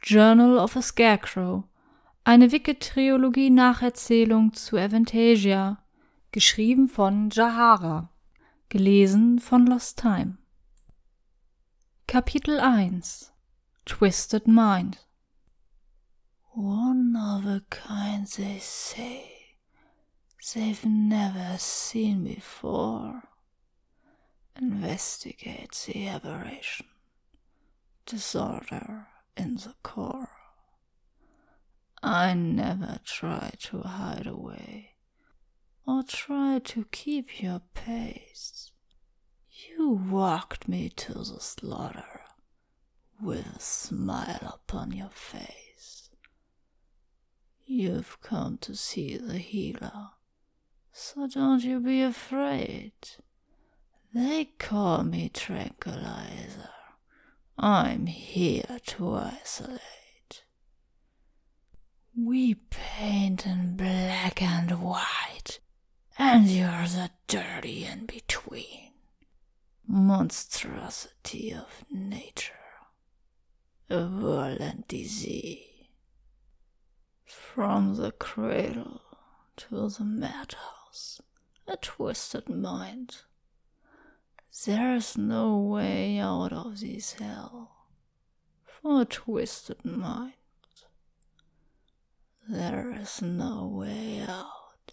Journal of a Scarecrow, eine Wicked-Trilogie-Nacherzählung zu Avantasia, geschrieben von Jahara, gelesen von Lost Time. Kapitel 1 Twisted Mind. One of a kind they say, they've never seen before. Investigate the aberration, disorder in the core. I never try to hide away, or try to keep your pace. You walked me to the slaughter, with a smile upon your face. You've come to see the healer, so don't you be afraid. They call me tranquilizer. I'm here to isolate. We paint in black and white, and you're the dirty in between. Monstrosity of nature, a violent disease. From the cradle to the madhouse, a twisted mind. There's no way out of this hell for a twisted mind. There is no way out.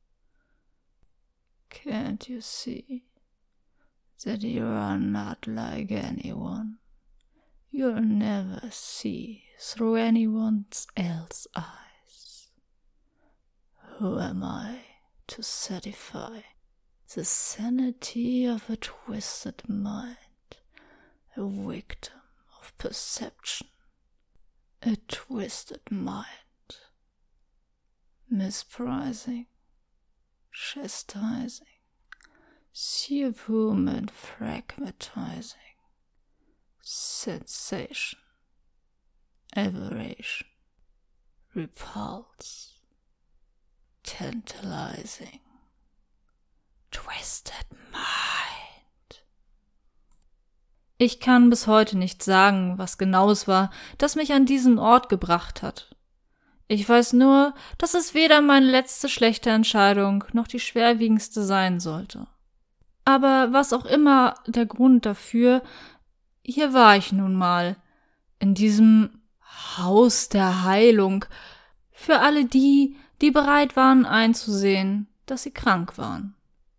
Can't you see that you are not like anyone? You'll never see through anyone else's eyes. Who am I to satisfy the sanity of a twisted mind, a victim of perception, a twisted mind, misprising, chastising, subhuman and fragmentizing, sensation, aberration, repulse, tantalizing, Twisted Mind. Ich kann bis heute nicht sagen, was genau es war, das mich an diesen Ort gebracht hat. Ich weiß nur, dass es weder meine letzte schlechte Entscheidung noch die schwerwiegendste sein sollte. Aber was auch immer der Grund dafür, hier war ich nun mal, in diesem Haus der Heilung, für alle die, die bereit waren einzusehen, dass sie krank waren.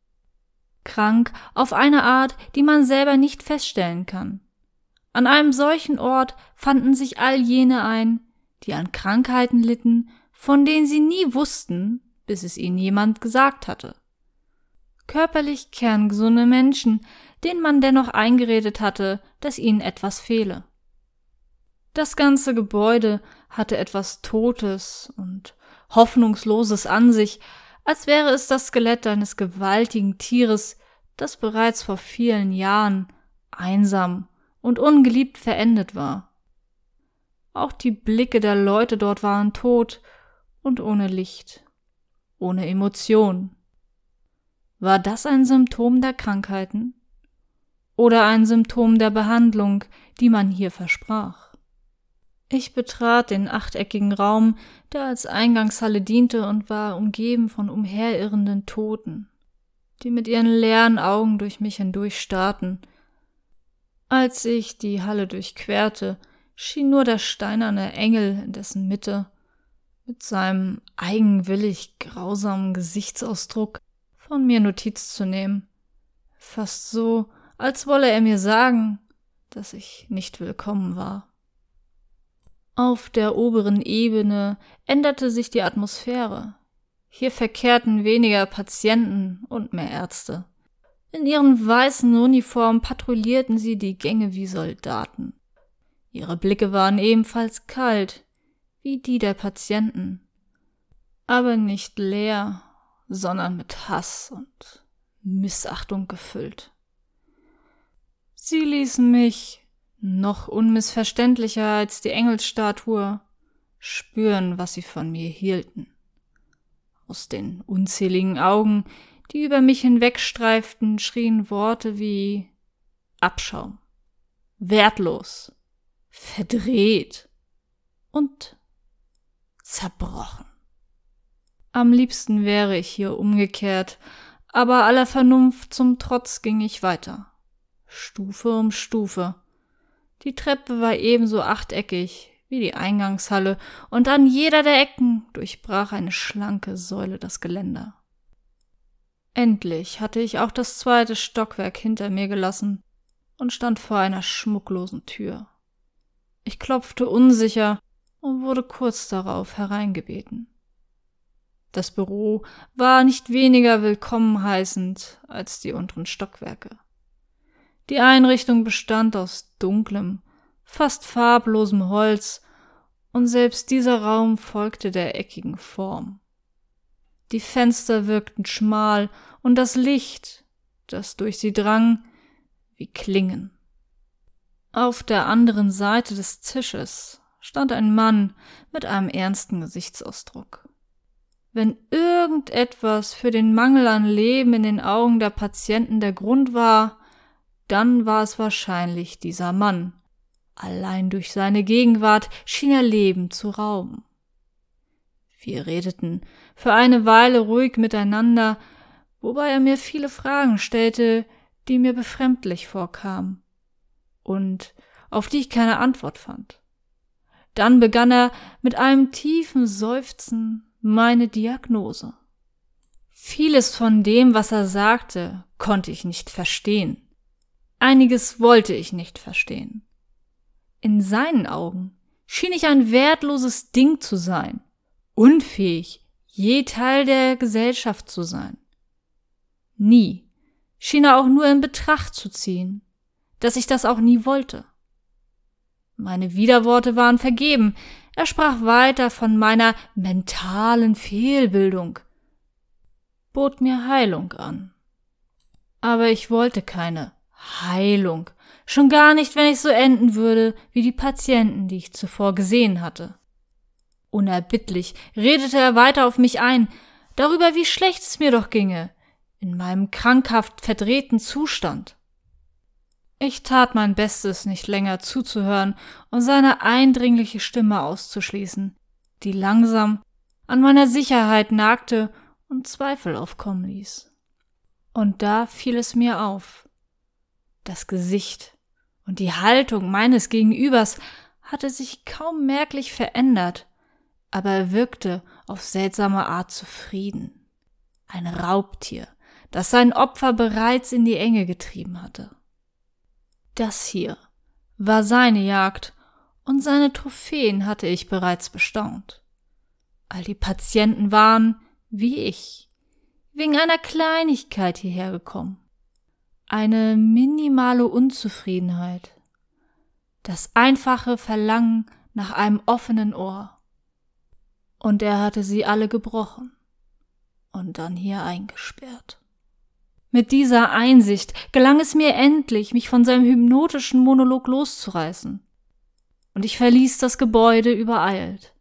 Krank auf eine Art, die man selber nicht feststellen kann. An einem solchen Ort fanden sich all jene ein, die an Krankheiten litten, von denen sie nie wussten, bis es ihnen jemand gesagt hatte. Körperlich kerngesunde Menschen, denen man dennoch eingeredet hatte, dass ihnen etwas fehle. Das ganze Gebäude hatte etwas Totes und Hoffnungsloses an sich, als wäre es das Skelett eines gewaltigen Tieres, das bereits vor vielen Jahren einsam und ungeliebt verendet war. Auch die Blicke der Leute dort waren tot und ohne Licht, ohne Emotion. War das ein Symptom der Krankheiten? Oder ein Symptom der Behandlung, die man hier versprach? Ich betrat den achteckigen Raum, der als Eingangshalle diente und war umgeben von umherirrenden Toten, die mit ihren leeren Augen durch mich hindurch starrten. Als ich die Halle durchquerte, schien nur der steinerne Engel in dessen Mitte, mit seinem eigenwillig grausamen Gesichtsausdruck, von mir Notiz zu nehmen. Fast so, als wolle er mir sagen, dass ich nicht willkommen war. Auf der oberen Ebene änderte sich die Atmosphäre. Hier verkehrten weniger Patienten und mehr Ärzte. In ihren weißen Uniformen patrouillierten sie die Gänge wie Soldaten. Ihre Blicke waren ebenfalls kalt, wie die der Patienten, aber nicht leer, sondern mit Hass und Missachtung gefüllt. Sie ließen mich, noch unmissverständlicher als die Engelsstatue, spüren, was sie von mir hielten. Aus den unzähligen Augen, die über mich hinwegstreiften, schrien Worte wie Abschaum, wertlos, verdreht, und zerbrochen. Am liebsten wäre ich hier umgekehrt, aber aller Vernunft zum Trotz ging ich weiter. Stufe um Stufe. Die Treppe war ebenso achteckig wie die Eingangshalle, und an jeder der Ecken durchbrach eine schlanke Säule das Geländer. Endlich hatte ich auch das 2. Stockwerk hinter mir gelassen und stand vor einer schmucklosen Tür. Ich klopfte unsicher und wurde kurz darauf hereingebeten. Das Büro war nicht weniger willkommen heißend als die unteren Stockwerke. Die Einrichtung bestand aus dunklem, fast farblosem Holz, und selbst dieser Raum folgte der eckigen Form. Die Fenster wirkten schmal und das Licht, das durch sie drang, wie Klingen. Auf der anderen Seite des Tisches stand ein Mann mit einem ernsten Gesichtsausdruck. Wenn irgendetwas für den Mangel an Leben in den Augen der Patienten der Grund war, dann war es wahrscheinlich dieser Mann. Allein durch seine Gegenwart schien er Leben zu rauben. Wir redeten für eine Weile ruhig miteinander, wobei er mir viele Fragen stellte, die mir befremdlich vorkamen und auf die ich keine Antwort fand. Dann begann er mit einem tiefen Seufzen meine Diagnose. Vieles von dem, was er sagte, konnte ich nicht verstehen. Einiges wollte ich nicht verstehen. In seinen Augen schien ich ein wertloses Ding zu sein, unfähig, je Teil der Gesellschaft zu sein. Nie schien er auch nur in Betracht zu ziehen, dass ich das auch nie wollte. Meine Widerworte waren vergeben. Er sprach weiter von meiner mentalen Fehlbildung, bot mir Heilung an. Aber ich wollte keine Heilung, schon gar nicht, wenn ich so enden würde wie die Patienten, die ich zuvor gesehen hatte. Unerbittlich redete er weiter auf mich ein, darüber, wie schlecht es mir doch ginge, in meinem krankhaft verdrehten Zustand. Ich tat mein Bestes, nicht länger zuzuhören und seine eindringliche Stimme auszuschließen, die langsam an meiner Sicherheit nagte und Zweifel aufkommen ließ. Und da fiel es mir auf. Das Gesicht und die Haltung meines Gegenübers hatte sich kaum merklich verändert, aber er wirkte auf seltsame Art zufrieden. Ein Raubtier, das sein Opfer bereits in die Enge getrieben hatte. Das hier war seine Jagd, und seine Trophäen hatte ich bereits bestaunt. All die Patienten waren, wie ich, wegen einer Kleinigkeit hierher gekommen. Eine minimale Unzufriedenheit, das einfache Verlangen nach einem offenen Ohr. Und er hatte sie alle gebrochen und dann hier eingesperrt. Mit dieser Einsicht gelang es mir endlich, mich von seinem hypnotischen Monolog loszureißen. Und ich verließ das Gebäude übereilt.